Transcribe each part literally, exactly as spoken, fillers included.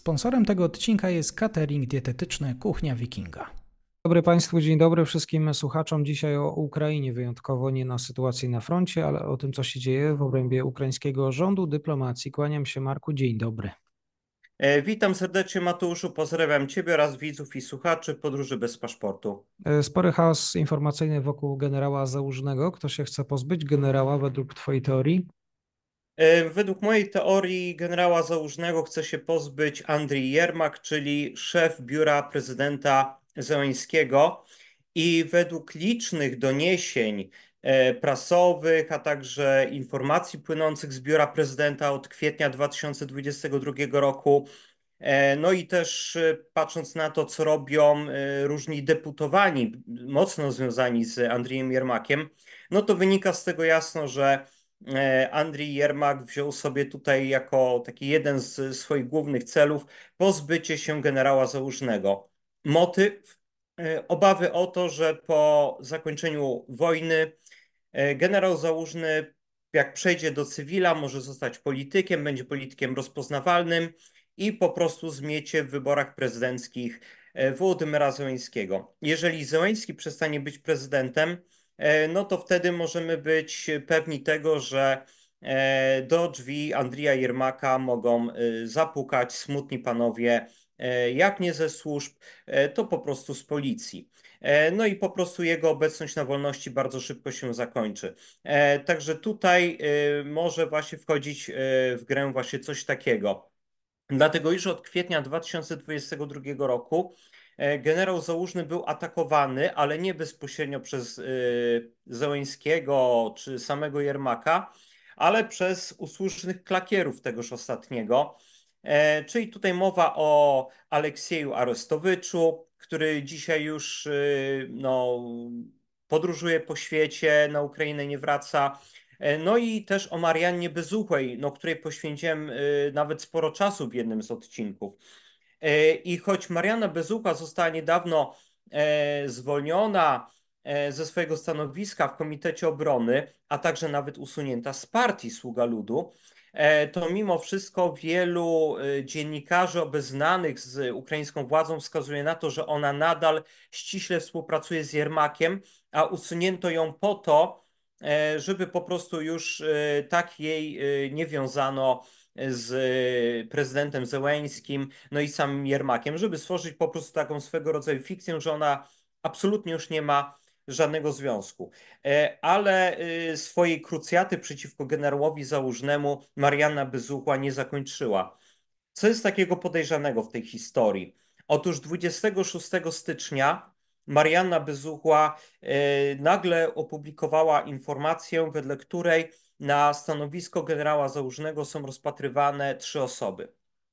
Sponsorem tego odcinka jest catering dietetyczny Kuchnia Wikinga. Dzień dobry Państwu, dzień dobry wszystkim słuchaczom. Dzisiaj o Ukrainie wyjątkowo, nie na sytuacji na froncie, ale o tym, co się dzieje w obrębie ukraińskiego rządu, dyplomacji. Kłaniam się, Marku, dzień dobry. E, Witam serdecznie, Mateuszu, pozdrawiam Ciebie oraz widzów i słuchaczy Podróży bez paszportu. E, Spory chaos informacyjny wokół generała Załużnego. Kto się chce pozbyć generała według Twojej teorii? E, Według mojej teorii generała Załużnego chce się pozbyć Andrii Jermak, czyli szef biura prezydenta Zełenskiego. I według licznych doniesień e, prasowych, a także informacji płynących z biura prezydenta od kwietnia dwa tysiące dwudziestego drugiego roku, E, No i też e, patrząc na to, co robią e, różni deputowani, mocno związani z Andrijem Jermakiem, no to wynika z tego jasno, że e, Andrii Jermak wziął sobie tutaj jako taki jeden z swoich głównych celów pozbycie się generała Załużnego. Motyw? E, Obawy o to, że po zakończeniu wojny e, generał Załużny, jak przejdzie do cywila, może zostać politykiem, będzie politykiem rozpoznawalnym i po prostu zmiecie w wyborach prezydenckich e, Wołodymyra Zełenskiego. Jeżeli Zełenski przestanie być prezydentem, e, no to wtedy możemy być pewni tego, że e, do drzwi Andrija Jermaka mogą e, zapukać smutni panowie, e, jak nie ze służb, e, to po prostu z policji. E, No i po prostu jego obecność na wolności bardzo szybko się zakończy. E, Także tutaj e, może właśnie wchodzić e, w grę właśnie coś takiego. Dlatego już od kwietnia dwa tysiące dwudziestego drugiego roku e, generał Załużny był atakowany, ale nie bezpośrednio przez y, Zełenskiego czy samego Jermaka, ale przez usłużnych klakierów tegoż ostatniego. E, czyli tutaj mowa o Aleksieju Arestowyczu, który dzisiaj już y, no, podróżuje po świecie, na Ukrainę nie wraca. E, No i też o Mariannie Bezuchej, no, której poświęciłem y, nawet sporo czasu w jednym z odcinków. E, I choć Marianna Bezucha została niedawno e, zwolniona e, ze swojego stanowiska w Komitecie Obrony, a także nawet usunięta z partii Sługa Ludu, e, to mimo wszystko wielu e, dziennikarzy obeznanych z ukraińską władzą wskazuje na to, że ona nadal ściśle współpracuje z Jermakiem, a usunięto ją po to, e, żeby po prostu już e, tak jej e, nie wiązano z e, prezydentem Zełeńskim, no i samym Jermakiem, żeby stworzyć po prostu taką swego rodzaju fikcję, że ona absolutnie już nie ma żadnego związku. E, Ale e, swojej krucjaty przeciwko generałowi Załużnemu Marianna Bezuchła nie zakończyła. Co jest takiego podejrzanego w tej historii? Otóż dwudziestego szóstego stycznia Marianna Bezuchła e, nagle opublikowała informację, wedle której na stanowisko generała Załużnego są rozpatrywane trzy osoby.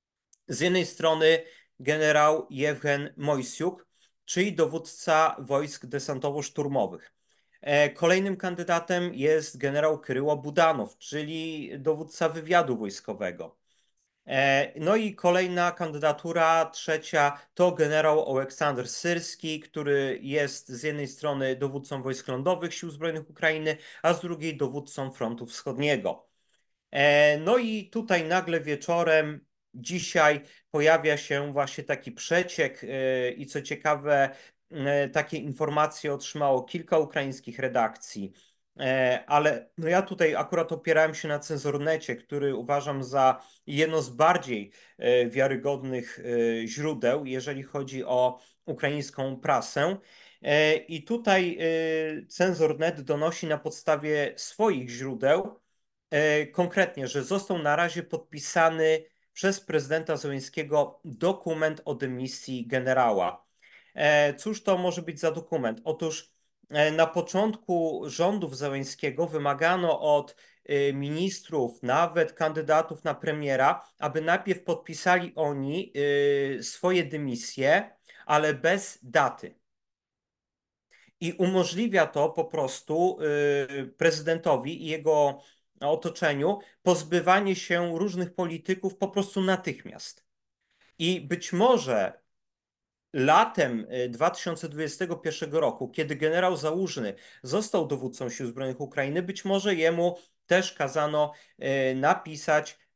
Z jednej strony generał Jewgen Mojsiuk, czyli dowódca wojsk desantowo-szturmowych. E, Kolejnym kandydatem jest generał Kryło Budanow, czyli dowódca wywiadu wojskowego. E, No i kolejna kandydatura, trzecia, to generał Aleksander Syrski, który jest z jednej strony dowódcą wojsk lądowych Sił Zbrojnych Ukrainy, a z drugiej dowódcą frontu wschodniego. E, No i tutaj nagle wieczorem dzisiaj pojawia się właśnie taki przeciek e, i co ciekawe, e, takie informacje otrzymało kilka ukraińskich redakcji. E, Ale no ja tutaj akurat opierałem się na Cenzornecie, który uważam za jedno z bardziej e, wiarygodnych e, źródeł, jeżeli chodzi o ukraińską prasę. E, I tutaj e, Cenzornet donosi na podstawie swoich źródeł, e, konkretnie, że został na razie podpisany przez prezydenta Zełenskiego dokument o dymisji generała. E, Cóż to może być za dokument? Otóż e, na początku rządów Zełenskiego wymagano od e, ministrów, nawet kandydatów na premiera, aby najpierw podpisali oni e, swoje dymisje, ale bez daty. I umożliwia to po prostu y, prezydentowi i jego otoczeniu pozbywanie się różnych polityków po prostu natychmiast. I być może latem y, dwa tysiące dwudziestego pierwszego roku, kiedy generał Załużny został dowódcą Sił Zbrojnych Ukrainy, być może jemu też kazano y, napisać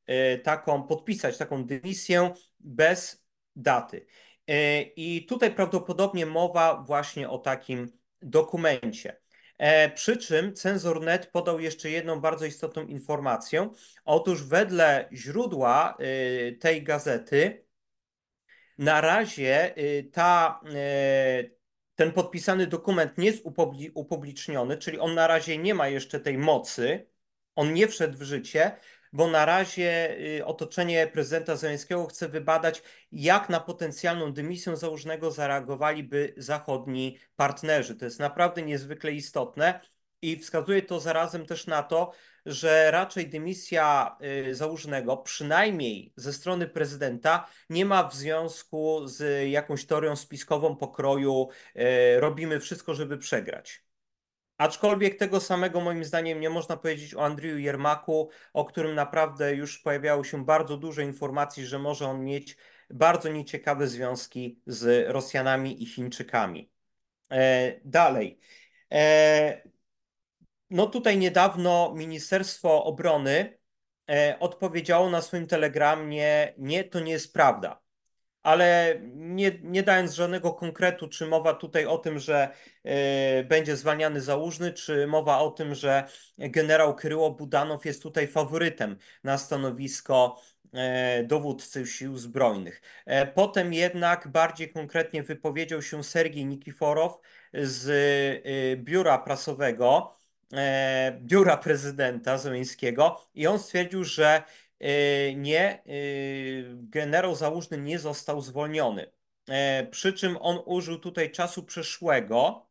taką, podpisać taką dymisję bez daty. I tutaj prawdopodobnie mowa właśnie o takim dokumencie. Przy czym cenzor kropka net podał jeszcze jedną bardzo istotną informację. Otóż wedle źródła tej gazety na razie ta, ten podpisany dokument nie jest upubliczniony, czyli on na razie nie ma jeszcze tej mocy, on nie wszedł w życie, bo na razie otoczenie prezydenta Zełenskiego chce wybadać, jak na potencjalną dymisję Załużnego zareagowaliby zachodni partnerzy. To jest naprawdę niezwykle istotne i wskazuje to zarazem też na to, że raczej dymisja Załużnego, przynajmniej ze strony prezydenta, nie ma w związku z jakąś teorią spiskową pokroju robimy wszystko, żeby przegrać. Aczkolwiek tego samego moim zdaniem nie można powiedzieć o Andriju Jermaku, o którym naprawdę już pojawiało się bardzo dużo informacji, że może on mieć bardzo nieciekawe związki z Rosjanami i Chińczykami. E, dalej. E, no tutaj niedawno Ministerstwo Obrony e, odpowiedziało na swoim telegramie, nie, to nie jest prawda. Ale nie, nie dając żadnego konkretu, czy mowa tutaj o tym, że y, będzie zwalniany Załużny, czy mowa o tym, że generał Kryło Budanow jest tutaj faworytem na stanowisko y, dowódcy sił zbrojnych. E, potem jednak bardziej konkretnie wypowiedział się Sergiej Nikiforow z y, biura prasowego, e, biura prezydenta Zełenskiego i on stwierdził, że nie, generał Załużny nie został zwolniony. Przy czym on użył tutaj czasu przeszłego,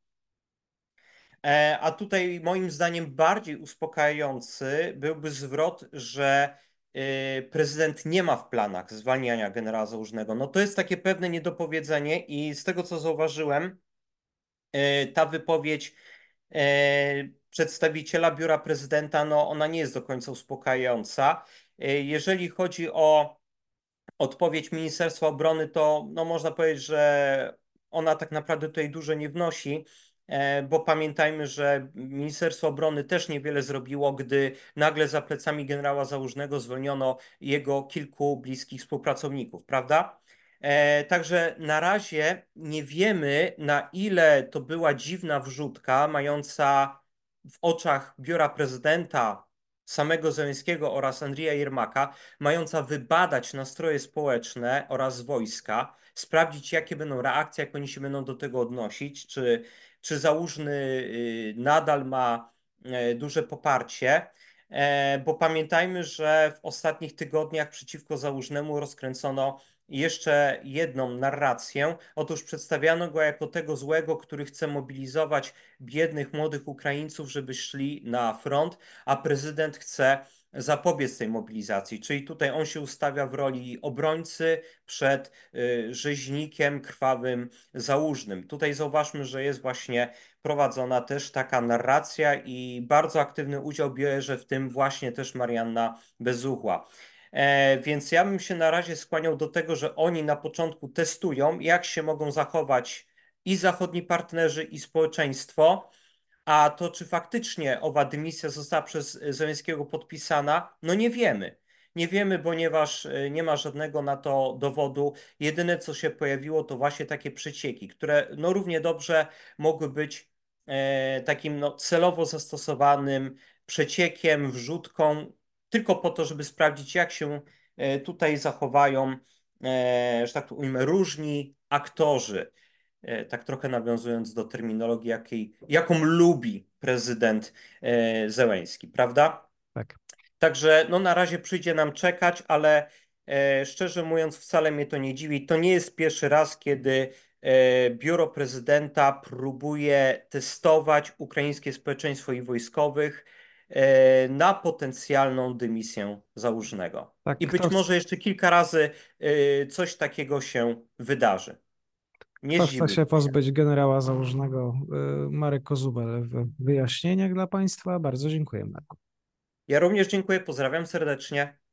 a tutaj moim zdaniem bardziej uspokajający byłby zwrot, że prezydent nie ma w planach zwalniania generała Załużnego. No to jest takie pewne niedopowiedzenie i z tego co zauważyłem, ta wypowiedź przedstawiciela biura prezydenta, no ona nie jest do końca uspokajająca. Jeżeli chodzi o odpowiedź Ministerstwa Obrony, to no można powiedzieć, że ona tak naprawdę tutaj dużo nie wnosi, bo pamiętajmy, że Ministerstwo Obrony też niewiele zrobiło, gdy nagle za plecami generała Załużnego zwolniono jego kilku bliskich współpracowników, prawda? Także na razie nie wiemy, na ile to była dziwna wrzutka, mająca w oczach biura prezydenta, samego Zełenskiego oraz Andrija Jermaka, mająca wybadać nastroje społeczne oraz wojska, sprawdzić, jakie będą reakcje, jak oni się będą do tego odnosić, czy, czy Załużny nadal ma duże poparcie. Bo pamiętajmy, że w ostatnich tygodniach przeciwko Załużnemu rozkręcono jeszcze jedną narrację. Otóż przedstawiano go jako tego złego, który chce mobilizować biednych, młodych Ukraińców, żeby szli na front, a prezydent chce zapobiec tej mobilizacji. Czyli tutaj on się ustawia w roli obrońcy przed y, rzeźnikiem krwawym Załużnym. Tutaj zauważmy, że jest właśnie prowadzona też taka narracja i bardzo aktywny udział bierze w tym właśnie też Marianna Bezuchła. E, więc ja bym się na razie skłaniał do tego, że oni na początku testują, jak się mogą zachować i zachodni partnerzy, i społeczeństwo, a to, czy faktycznie owa dymisja została przez Zełenskiego podpisana, no nie wiemy. Nie wiemy, ponieważ nie ma żadnego na to dowodu. Jedyne, co się pojawiło, to właśnie takie przecieki, które no równie dobrze mogły być e, takim no, celowo zastosowanym przeciekiem, wrzutką, tylko po to, żeby sprawdzić, jak się e, tutaj zachowają, e, że tak to ujmę, różni aktorzy. E, tak trochę nawiązując do terminologii, jakiej, jaką lubi prezydent e, Zełenski, prawda? Tak. Także no, na razie przyjdzie nam czekać, ale e, szczerze mówiąc wcale mnie to nie dziwi. To nie jest pierwszy raz, kiedy e, biuro prezydenta próbuje testować ukraińskie społeczeństwo i wojskowych e, na potencjalną dymisję Załużnego. Tak, I kto, być może jeszcze kilka razy e, coś takiego się wydarzy. Nie kto chce się zdziwiłbym się. pozbyć generała Załużnego? Y, Marek Kozubel w wyjaśnieniach dla Państwa. Bardzo dziękuję, Marku. Ja również dziękuję, pozdrawiam serdecznie.